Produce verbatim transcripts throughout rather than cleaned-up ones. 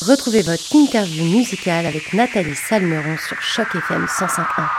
Retrouvez votre interview musicale avec Nathalie Salmeron sur Choc F M cent cinq point un.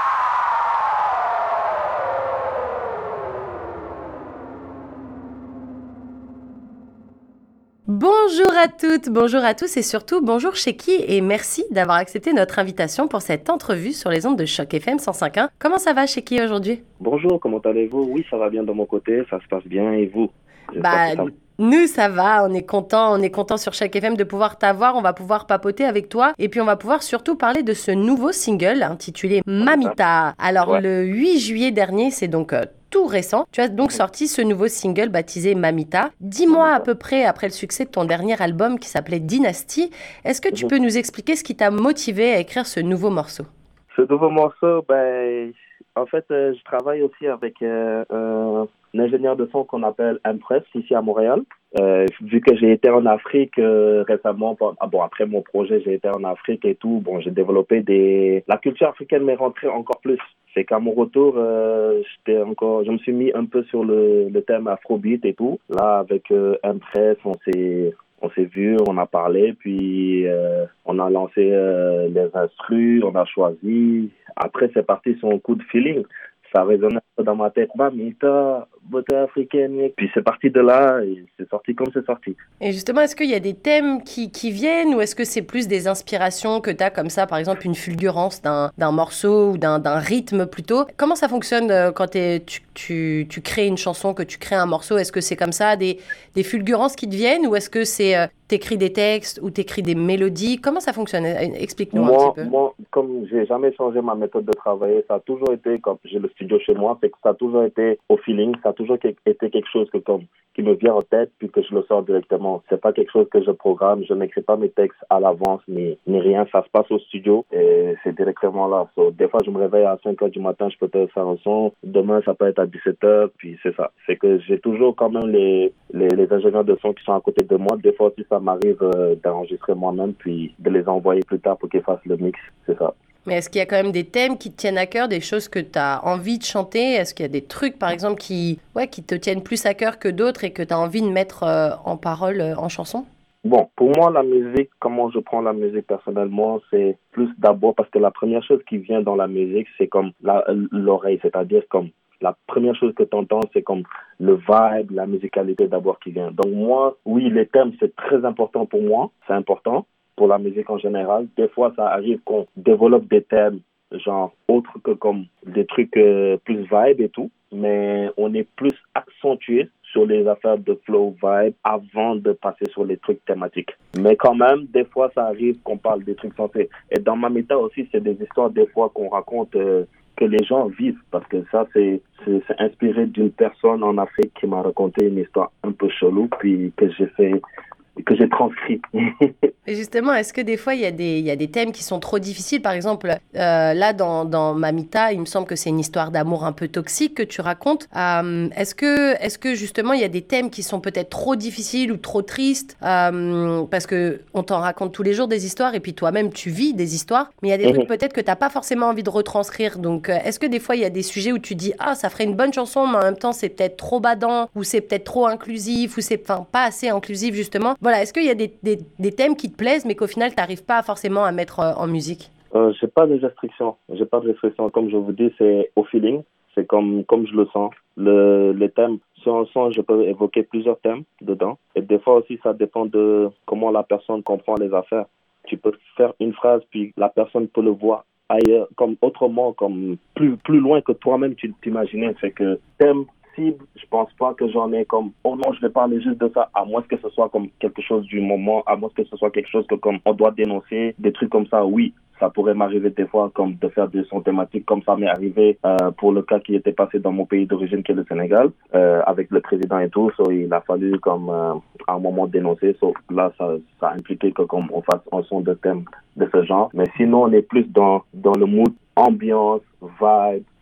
Bonjour à toutes, bonjour à tous et surtout bonjour Sheki et merci d'avoir accepté notre invitation pour cette entrevue sur les ondes de Choc F M cent cinq point un. Comment ça va Sheki aujourd'hui? Bonjour, comment allez-vous? Oui, ça va bien de mon côté, ça se passe bien et vous? Bah, ça... nous ça va, on est content, on est content sur Choc F M de pouvoir t'avoir, on va pouvoir papoter avec toi et puis on va pouvoir surtout parler de ce nouveau single intitulé Mamita. Alors ouais. Le huit juillet dernier, c'est donc euh, tout récent. Tu as donc sorti ce nouveau single baptisé Mamita, dix mois à peu près après le succès de ton dernier album qui s'appelait Dynasty. Est-ce que tu peux nous expliquer ce qui t'a motivé à écrire ce nouveau morceau? Ce nouveau morceau, ben, en fait, euh, je travaille aussi avec euh, un, un ingénieur de son qu'on appelle Impress ici à Montréal. Euh, vu que j'ai été en Afrique euh, récemment, ah bon, après mon projet, j'ai été en Afrique et tout, bon, j'ai développé des... La culture africaine m'est rentrée encore plus. C'est qu'à mon retour, euh, j'étais encore, je me suis mis un peu sur le, le thème afrobeat et tout. Là, avec euh, Impress, on s'est... On s'est vu, on a parlé, puis euh, on a lancé euh, les instrus, on a choisi. Après, c'est parti sur un coup de feeling. Ça résonnait dans ma tête. Mamita, beauté africaine. Puis c'est parti de là et c'est sorti comme c'est sorti. Et justement, est-ce qu'il y a des thèmes qui, qui viennent ou est-ce que c'est plus des inspirations que tu as comme ça, par exemple une fulgurance d'un, d'un morceau ou d'un, d'un rythme plutôt? Comment ça fonctionne quand tu, tu, tu crées une chanson, que tu crées un morceau? Est-ce que c'est comme ça, des, des fulgurances qui te viennent ou est-ce que c'est euh, t'écris des textes ou t'écris des mélodies? Comment ça fonctionne? Explique-nous moi, un petit peu. Moi, comme j'ai jamais changé ma méthode de travailler, ça a toujours été, comme j'ai le studio chez moi, c'est que ça a toujours été au feeling, ça a toujours été quelque chose que comme qui me vient en tête puis que je le sors directement. C'est pas quelque chose que je programme, je n'écris pas mes textes à l'avance ni, ni rien, ça se passe au studio et c'est directement là. So, des fois, je me réveille à cinq heures du matin, je peux te faire un son, demain, ça peut être à dix-sept heures, puis c'est ça. C'est que j'ai toujours quand même les, les, les ingénieurs de son qui sont à côté de moi. Des fois aussi, ça m'arrive euh, d'enregistrer moi-même puis de les envoyer plus tard pour qu'ils fassent le mix, c'est ça. Mais est-ce qu'il y a quand même des thèmes qui te tiennent à cœur, des choses que tu as envie de chanter? Est-ce qu'il y a des trucs, par exemple, qui, ouais, qui te tiennent plus à cœur que d'autres et que tu as envie de mettre euh, en parole, euh, en chanson? Bon, pour moi, la musique, comment je prends la musique personnellement, c'est plus d'abord parce que la première chose qui vient dans la musique, c'est comme la, l'oreille, c'est-à-dire comme la première chose que tu entends, c'est comme le vibe, la musicalité d'abord qui vient. Donc moi, oui, les thèmes, c'est très important pour moi, c'est important pour la musique en général. Des fois, ça arrive qu'on développe des thèmes genre autres que comme des trucs euh, plus vibe et tout, mais on est plus accentué sur les affaires de flow vibe avant de passer sur les trucs thématiques. Mais quand même, des fois, ça arrive qu'on parle des trucs sensés. Et dans Mamita aussi, c'est des histoires des fois qu'on raconte euh, que les gens vivent, parce que ça, c'est, c'est, c'est inspiré d'une personne en Afrique qui m'a raconté une histoire un peu chelou, puis que j'ai fait que j'ai transcrit. Et justement, est-ce que des fois, il y a des, il y a des thèmes qui sont trop difficiles? Par exemple, euh, là, dans, dans Mamita, il me semble que c'est une histoire d'amour un peu toxique que tu racontes. Euh, est-ce que, est-ce que justement, il y a des thèmes qui sont peut-être trop difficiles ou trop tristes? euh, Parce qu'on t'en raconte tous les jours des histoires et puis toi-même, tu vis des histoires. Mais il y a des trucs peut-être que tu n'as pas forcément envie de retranscrire. Donc, euh, est-ce que des fois, il y a des sujets où tu dis « Ah, ça ferait une bonne chanson, mais en même temps, c'est peut-être trop badant ou c'est peut-être trop inclusif ou c'est enfin, pas assez inclusif, justement. » Voilà, est-ce qu'il y a des, des, des thèmes qui te plaisent, mais qu'au final, tu n'arrives pas forcément à mettre euh, en musique? euh, J'ai pas de restrictions. J'ai pas de restrictions. Comme je vous dis, c'est au feeling. C'est comme, comme je le sens. Le, les thèmes, sur un son, je peux évoquer plusieurs thèmes dedans. Et des fois aussi, ça dépend de comment la personne comprend les affaires. Tu peux faire une phrase, puis la personne peut le voir ailleurs, comme autrement, comme plus, plus loin que toi-même tu t'imaginais. C'est que thème, je pense pas que j'en ai comme oh non je vais parler juste de ça, à moins que ce soit comme quelque chose du moment, à moins que ce soit quelque chose que comme on doit dénoncer, des trucs comme ça. Oui, ça pourrait m'arriver des fois comme de faire des sons thématiques, comme ça m'est arrivé euh, pour le cas qui était passé dans mon pays d'origine qui est le Sénégal euh, avec le président et tout. So, il a fallu comme euh, à un moment dénoncer. So, là ça, ça a impliqué que comme on fasse un son de thème de ce genre. Mais sinon on est plus dans dans le mood ambiance, vibe,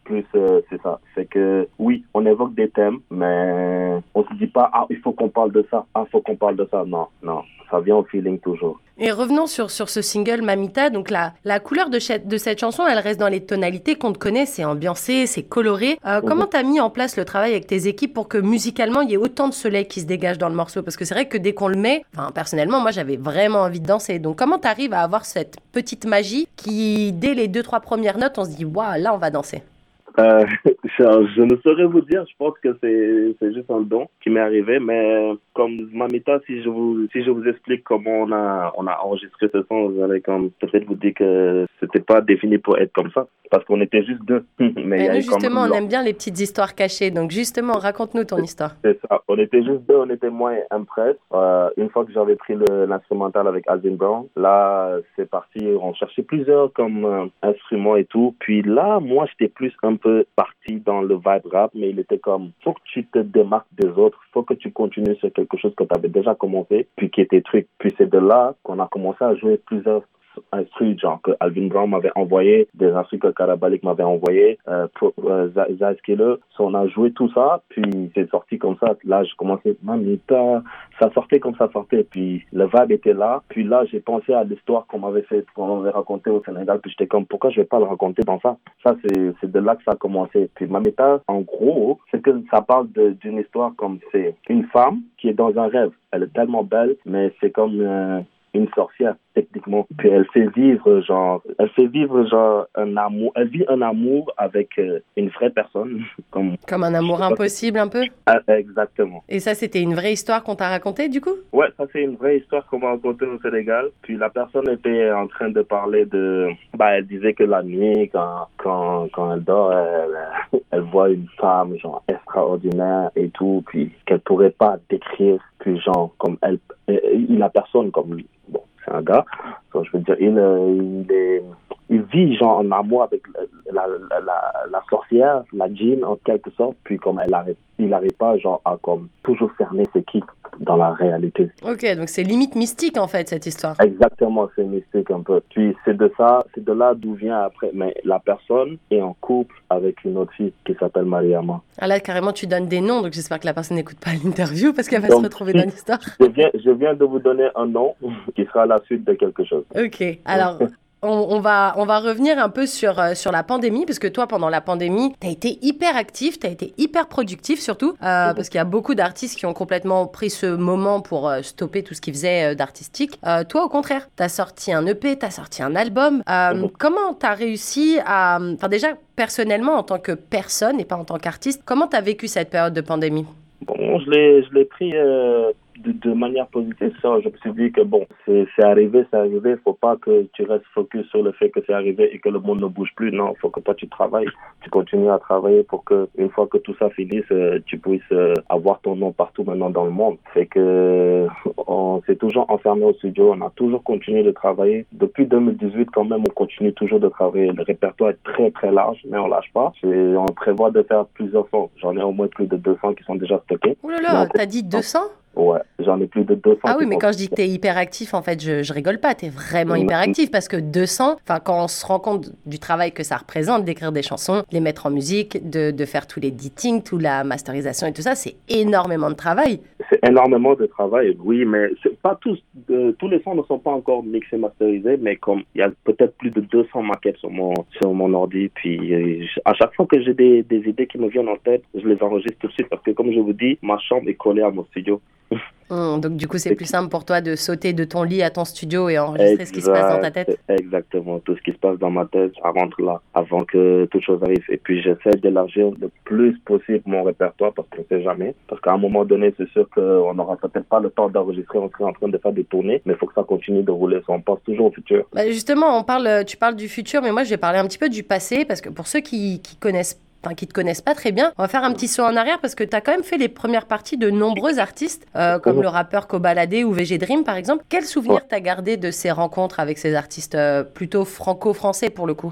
plus euh, c'est ça. C'est que oui, on évoque des thèmes, mais on se dit pas ah il faut qu'on parle de ça, ah il faut qu'on parle de ça. Non, non, ça vient au feeling toujours. Et revenons sur, sur ce single Mamita, donc la, la couleur de, ch- de cette chanson, elle reste dans les tonalités qu'on te connaît, c'est ambiancé, c'est coloré. Euh, mmh. Comment t'as mis en place le travail avec tes équipes pour que musicalement, il y ait autant de soleil qui se dégage dans le morceau? Parce que c'est vrai que dès qu'on le met, enfin personnellement, moi j'avais vraiment envie de danser. Donc comment t'arrives à avoir cette petite magie qui, dès les deux, trois premières notes, on se dit « Waouh, là on va danser ». Euh, je, je ne saurais vous dire, je pense que c'est, c'est juste un don qui m'est arrivé, mais comme Mamita, si je vous, si je vous explique comment on a, on a enregistré ce son, vous allez comme peut-être vous dire que c'était pas défini pour être comme ça, parce qu'on était juste deux. Mais nous, justement, on aime bien les petites histoires cachées, donc justement, raconte-nous ton histoire. C'est ça, on était juste deux, on était moi et Impress. Euh, une fois que j'avais pris le, l'instrumental avec Alvin Brown, là, c'est parti, on cherchait plusieurs comme euh, instruments et tout, puis là, moi, j'étais plus un peu parti dans le vibe rap, mais il était comme, faut que tu te démarques des autres, faut que tu continues sur quelque chose que tu avais déjà commencé, puis qui était truc. Puis c'est de là qu'on a commencé à jouer plusieurs instruments, genre que Alvin Brown m'avait envoyé, des instruments que Karabalik m'avait envoyé, euh, euh, Zaz Killer. So, on a joué tout ça, puis c'est sorti comme ça. Là, j'ai commencé, Mamita, ça sortait comme ça sortait, puis le vibe était là. Puis là, j'ai pensé à l'histoire qu'on m'avait fait, qu'on m'avait raconté au Sénégal, puis j'étais comme, pourquoi je vais pas le raconter dans ça? Ça, c'est, c'est de là que ça a commencé. Puis Mamita, en gros, c'est que ça parle de, d'une histoire comme c'est une femme qui est dans un rêve. Elle est tellement belle, mais c'est comme euh, une sorcière, techniquement. Puis elle fait vivre, genre, elle fait vivre, genre, un amour, elle vit un amour avec euh, une vraie personne. Comme, comme un amour impossible, un peu? Ah, exactement. Et ça, c'était une vraie histoire qu'on t'a racontée, du coup? Ouais, ça, c'est une vraie histoire qu'on m'a racontée au Sénégal. Puis la personne était en train de parler de, bah, elle disait que la nuit, quand, quand, quand elle dort, elle, elle voit une femme, genre, extraordinaire et tout, puis qu'elle pourrait pas décrire, puis genre, comme elle, il la personne, comme, bon, c'est un gars, donc, je veux dire, il, il est, il vit genre en amour avec la, la, la, la sorcière, la djinn en quelque sorte, puis comme elle arrive, il n'arrive pas genre à comme toujours cerner c'est qui dans la réalité. Ok, donc c'est limite mystique en fait cette histoire. Exactement, c'est mystique un peu. Puis c'est de ça, c'est de là d'où vient après. Mais la personne est en couple avec une autre fille qui s'appelle Mariama. Ah là carrément tu donnes des noms, donc j'espère que la personne n'écoute pas l'interview parce qu'elle va donc, se retrouver dans l'histoire. Je viens, je viens de vous donner un nom qui sera la suite de quelque chose. Ok, alors on, on, va, on va revenir un peu sur, euh, sur la pandémie, parce que toi, pendant la pandémie, tu as été hyper actif, tu as été hyper productif surtout, euh, parce qu'il y a beaucoup d'artistes qui ont complètement pris ce moment pour euh, stopper tout ce qu'ils faisaient euh, d'artistique. Euh, toi, au contraire, tu as sorti un E P, tu as sorti un album. Euh, mmh. Comment tu as réussi à... Enfin déjà, personnellement, en tant que personne et pas en tant qu'artiste, comment tu as vécu cette période de pandémie? Bon, je l'ai, je l'ai pris... Euh... De, de manière positive, ça, je me suis dit que bon, c'est, c'est arrivé, c'est arrivé, il faut pas que tu restes focus sur le fait que c'est arrivé et que le monde ne bouge plus, non, il faut que toi tu travailles, tu continues à travailler pour que, une fois que tout ça finisse, tu puisses avoir ton nom partout maintenant dans le monde. Fait que, on s'est toujours enfermé au studio, on a toujours continué de travailler. Depuis deux mille dix-huit, quand même, on continue toujours de travailler. Le répertoire est très très large, mais on lâche pas. Et on prévoit de faire plusieurs sons. J'en ai au moins plus de deux cents qui sont déjà stockés. Ouh là là, t'as dit deux cents? Ouais, j'en ai plus de deux cents. Ah oui, mais quand je dis que t'es hyper actif, en fait, je, je rigole pas, t'es vraiment hyper actif parce que deux cents, enfin, quand on se rend compte du travail que ça représente d'écrire des chansons, de les mettre en musique, de, de faire tous les editings, toute la masterisation et tout ça, c'est énormément de travail. C'est énormément de travail, oui, mais c'est pas tous, euh, tous les sons ne sont pas encore mixés, masterisés, mais comme il y a peut-être plus de deux cents maquettes sur mon, sur mon ordi, puis euh, à chaque fois que j'ai des, des idées qui me viennent en tête, je les enregistre tout de suite parce que comme je vous dis, ma chambre est collée à mon studio. Mmh, donc du coup, c'est plus simple pour toi de sauter de ton lit à ton studio et enregistrer exact, ce qui se passe dans ta tête. Exactement, tout ce qui se passe dans ma tête, ça rentre là avant que toute chose arrive. Et puis j'essaie d'élargir le plus possible mon répertoire parce qu'on ne sait jamais. Parce qu'à un moment donné, c'est sûr qu'on n'aura peut-être pas le temps d'enregistrer, on serait en train de faire des tournées, mais il faut que ça continue de rouler. On pense toujours au futur. Bah justement, on parle, tu parles du futur, mais moi je vais parler un petit peu du passé parce que pour ceux qui, qui connaissent Enfin, qui te connaissent pas très bien, on va faire un petit saut en arrière parce que tu as quand même fait les premières parties de nombreux artistes, euh, comme le rappeur Kobalade ou V G Dream par exemple. Quel souvenir t'as gardé de ces rencontres avec ces artistes euh, plutôt franco-français pour le coup?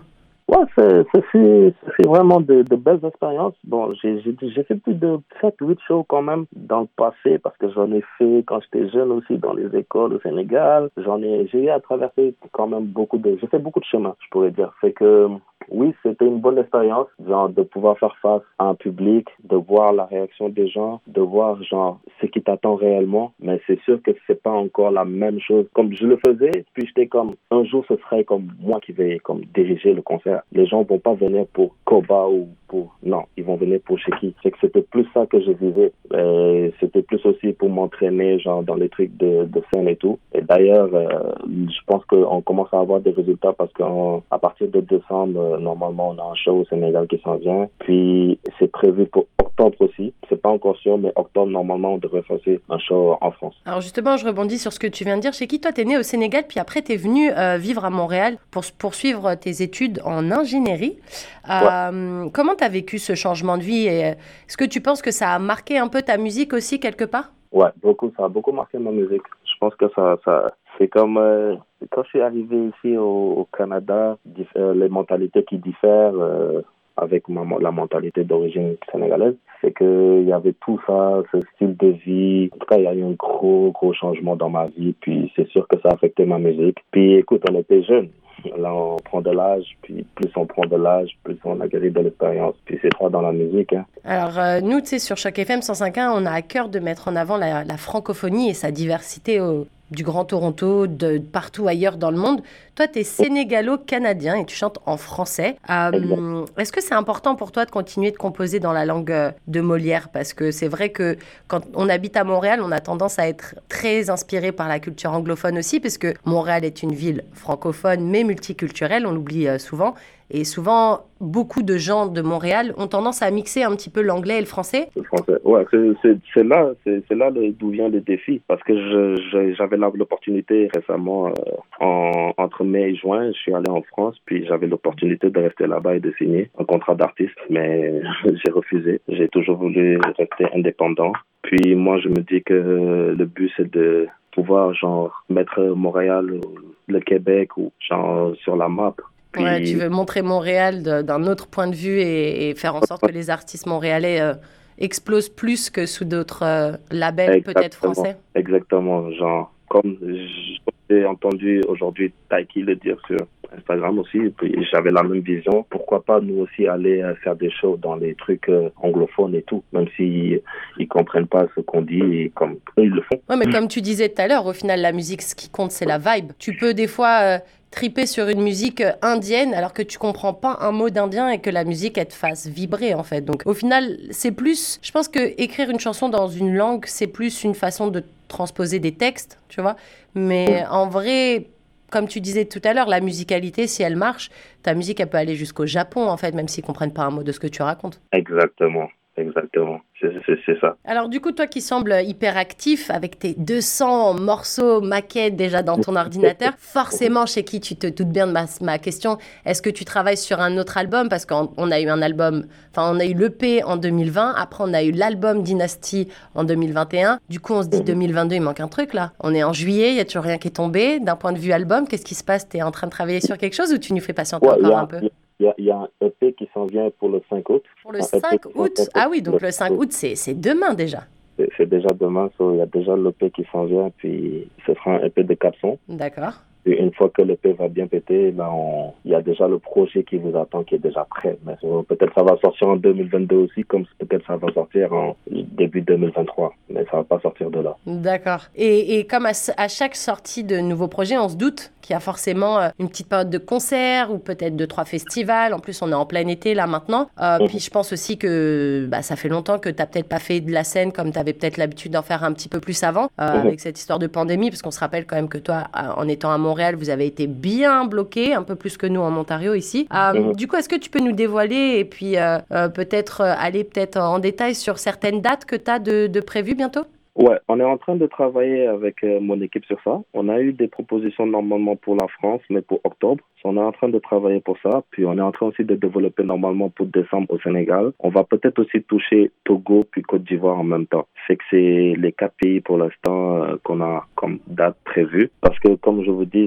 Ouais, c'est, c'est, c'est, c'est vraiment de, de belles expériences. Bon, j'ai, j'ai, j'ai fait plus de sept huit shows quand même dans le passé parce que j'en ai fait quand j'étais jeune aussi dans les écoles au Sénégal. J'en ai, j'ai eu à traverser quand même beaucoup de, j'ai fait beaucoup de chemin, je pourrais dire. C'est que, oui, c'était une bonne expérience, genre, de pouvoir faire face à un public, de voir la réaction des gens, de voir, genre, ce qui t'attend réellement. Mais c'est sûr que c'est pas encore la même chose. Comme je le faisais, puis j'étais comme, un jour, ce serait comme moi qui vais, comme, diriger le concert. Les gens vont pas venir pour Koba ou pour, non, ils vont venir pour Sheki. C'est que c'était plus ça que je vivais. Et c'était plus aussi pour m'entraîner, genre, dans les trucs de, de scène et tout. Et d'ailleurs, euh, je pense qu'on commence à avoir des résultats parce qu'à partir de décembre, normalement, on a un show au Sénégal qui s'en vient. Puis, c'est prévu pour octobre aussi. C'est pas encore sûr, mais octobre, normalement, on devrait faire un show en France. Alors justement, je rebondis sur ce que tu viens de dire. Sheki, toi, t'es né au Sénégal, puis après, t'es venu euh, vivre à Montréal pour poursuivre tes études en ingénierie. Euh, ouais. Comment t'as vécu ce changement de vie? Et est-ce que tu penses que ça a marqué un peu ta musique aussi, quelque part? Ouais, beaucoup. Ça a beaucoup marqué ma musique. Je pense que ça... ça c'est comme... Euh, quand je suis arrivé ici au, au Canada, euh, les mentalités qui diffèrent... Euh, avec ma, la mentalité d'origine sénégalaise, c'est qu'il y avait tout ça, ce style de vie. En tout cas, il y a eu un gros, gros changement dans ma vie, puis c'est sûr que ça a affecté ma musique. Puis écoute, on était jeunes. Là, on prend de l'âge, puis plus on prend de l'âge, plus on acquérit de l'expérience. Puis c'est ça dans la musique. Hein. Alors, euh, nous, tu sais, sur Choc F M cent cinq point un, on a à cœur de mettre en avant la, la francophonie et sa diversité au, du Grand Toronto, de partout ailleurs dans le monde. Toi, tu es sénégalo-canadien et tu chantes en français. Euh, est-ce que c'est important pour toi de continuer de composer dans la langue de Molière? Parce que c'est vrai que quand on habite à Montréal, on a tendance à être très inspiré par la culture anglophone aussi, parce que Montréal est une ville francophone mais multiculturelle, on l'oublie souvent. Et souvent, beaucoup de gens de Montréal ont tendance à mixer un petit peu l'anglais et le français. Le français, ouais, c'est, c'est, c'est là, c'est, c'est là le, d'où vient le défi. Parce que je, je, j'avais l'opportunité récemment, euh, en, entre mai et juin, je suis allé en France, puis j'avais l'opportunité de rester là-bas et de signer un contrat d'artiste, mais j'ai refusé. J'ai toujours voulu rester indépendant. Puis moi, je me dis que le but, c'est de pouvoir, genre, mettre Montréal, le Québec, ou genre, sur la map. Puis... Ouais, tu veux montrer Montréal de, d'un autre point de vue et, et faire en sorte que les artistes montréalais euh, explosent plus que sous d'autres euh, labels. Exactement. Peut-être français. Exactement, genre, comme j'ai entendu aujourd'hui Taiki le dire sur Instagram aussi, et puis j'avais la même vision. Pourquoi pas nous aussi aller faire des shows dans les trucs euh, anglophones et tout, même s'ils ils comprennent pas ce qu'on dit, et comme eux ils le font. Ouais, mais comme tu disais tout à l'heure, au final la musique, ce qui compte c'est la vibe. Tu peux des fois euh, triper sur une musique indienne alors que tu comprends pas un mot d'indien et que la musique elle te fasse vibrer en fait. Donc au final c'est plus, je pense que écrire une chanson dans une langue c'est plus une façon de transposer des textes, tu vois. Mais en vrai, comme tu disais tout à l'heure, la musicalité, si elle marche, ta musique, elle peut aller jusqu'au Japon, en fait, même s'ils ne comprennent pas un mot de ce que tu racontes. Exactement, exactement. C'est, c'est, c'est ça. Alors, du coup, toi qui sembles hyper actif, avec tes deux cents morceaux maquettes déjà dans ton ordinateur, forcément, chez qui tu te doutes bien de ma, ma question, est-ce que tu travailles sur un autre album? Parce qu'on on a eu un album, enfin, on a eu l'E P en deux mille vingt, après on a eu l'album Dynasty en deux mille vingt et un. Du coup, on se dit deux mille vingt-deux, il manque un truc là. On est en juillet, il n'y a toujours rien qui est tombé. D'un point de vue album, qu'est-ce qui se passe? Tu es en train de travailler sur quelque chose ou tu nous fais patienter ouais, encore a, un peu? Il y, a, il y a un E P qui s'en vient pour le cinq août. Pour le cinq août? Ah oui, donc le cinq août, c'est, c'est demain déjà. C'est, c'est déjà demain, so, il y a déjà l'E P qui s'en vient, puis ce sera un E P de quatre sons. D'accord. Et une fois que l'E P va bien péter, ben on... il y a déjà le projet qui vous attend, qui est déjà prêt. Mais peut-être ça va sortir en deux mille vingt-deux aussi, comme peut-être ça va sortir en début deux mille vingt-trois. Mais ça va pas sortir de là. D'accord. Et, et comme à, à chaque sortie de nouveaux projets, on se doute qu'il y a forcément une petite période de concert ou peut-être deux, trois festivals. En plus, on est en plein été là maintenant. Euh, mmh. Puis je pense aussi que bah, ça fait longtemps que tu n'as peut-être pas fait de la scène comme tu avais peut-être l'habitude d'en faire un petit peu plus avant, euh, mmh. avec cette histoire de pandémie, parce qu'on se rappelle quand même que toi, en étant à Montréal, vous avez été bien bloqué, un peu plus que nous en Ontario ici. Euh, mmh. Du coup, est-ce que tu peux nous dévoiler et puis euh, euh, peut-être aller peut-être en détail sur certaines dates que tu as de, de prévues bientôt? Ouais, on est en train de travailler avec euh, mon équipe sur ça. On a eu des propositions normalement pour la France, mais pour octobre. On est en train de travailler pour ça. Puis on est en train aussi de développer normalement pour décembre au Sénégal. On va peut-être aussi toucher Togo puis Côte d'Ivoire en même temps. C'est que c'est les quatre pays pour l'instant euh, qu'on a comme date prévue. Parce que comme je vous dis,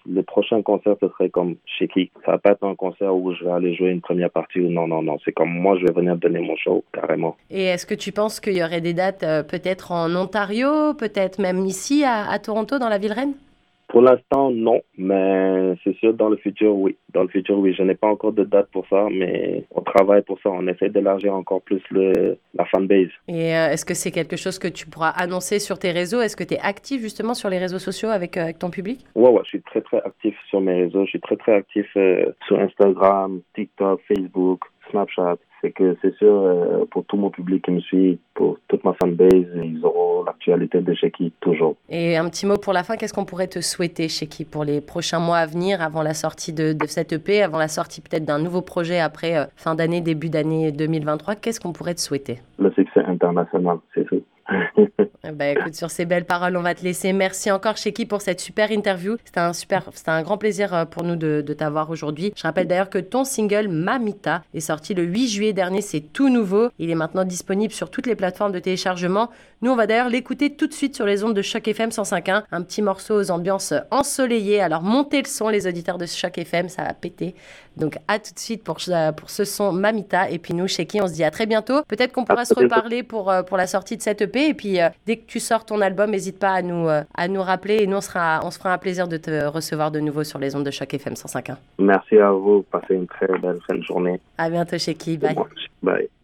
le prochain concert, ce serait comme chez qui. Ça va pas être un concert où je vais aller jouer une première partie ou non, non, non. C'est comme moi, je vais venir donner mon show, carrément. Et est-ce que tu penses qu'il y aurait des dates euh, peut-être en Ontario, peut-être même ici à, à Toronto, dans la ville reine? Pour l'instant, non, mais c'est sûr, dans le futur, oui. Dans le futur, oui. Je n'ai pas encore de date pour ça, mais on travaille pour ça. On essaie d'élargir encore plus le, la fanbase. Et euh, est-ce que c'est quelque chose que tu pourras annoncer sur tes réseaux? Est-ce que tu es actif justement sur les réseaux sociaux avec, euh, avec ton public? Ouais, ouais, je suis très, très actif sur mes réseaux. Je suis très, très actif euh, sur Instagram, TikTok, Facebook, Snapchat. C'est que c'est sûr, euh, pour tout mon public qui me suit, pour toute ma fanbase, ils auront l'actualité de Sheky toujours. Et un petit mot pour la fin, qu'est-ce qu'on pourrait te souhaiter, Sheky, pour les prochains mois à venir, avant la sortie de, de cette E P, avant la sortie peut-être d'un nouveau projet après euh, fin d'année, début d'année deux mille vingt-trois? Qu'est-ce qu'on pourrait te souhaiter? Le succès international, c'est tout. Ben, écoute, sur ces belles paroles, on va te laisser. Merci encore, Sheky, pour cette super interview. C'était un, super, c'était un grand plaisir pour nous de, de t'avoir aujourd'hui. Je rappelle d'ailleurs que ton single Mamita est sorti le huit juillet dernier. C'est tout nouveau. Il est maintenant disponible sur toutes les plateformes de téléchargement. Nous, on va d'ailleurs l'écouter tout de suite sur les ondes de Choc F M cent cinq point un. Un petit morceau aux ambiances ensoleillées. Alors, montez le son, les auditeurs de Choc F M, ça va péter. Donc, à tout de suite pour, pour ce son Mamita. Et puis nous, Sheky, on se dit à très bientôt. Peut-être qu'on pourra se reparler pour, pour la sortie de cette E P. Et puis, euh, dès que tu sors ton album, n'hésite pas à nous, euh, à nous rappeler. Et nous, on, sera, on se fera un plaisir de te recevoir de nouveau sur les ondes de Choc F M cent cinq point un. Merci à vous. Passez une très belle fin de journée. À bientôt, Sheky. Bye. Bye.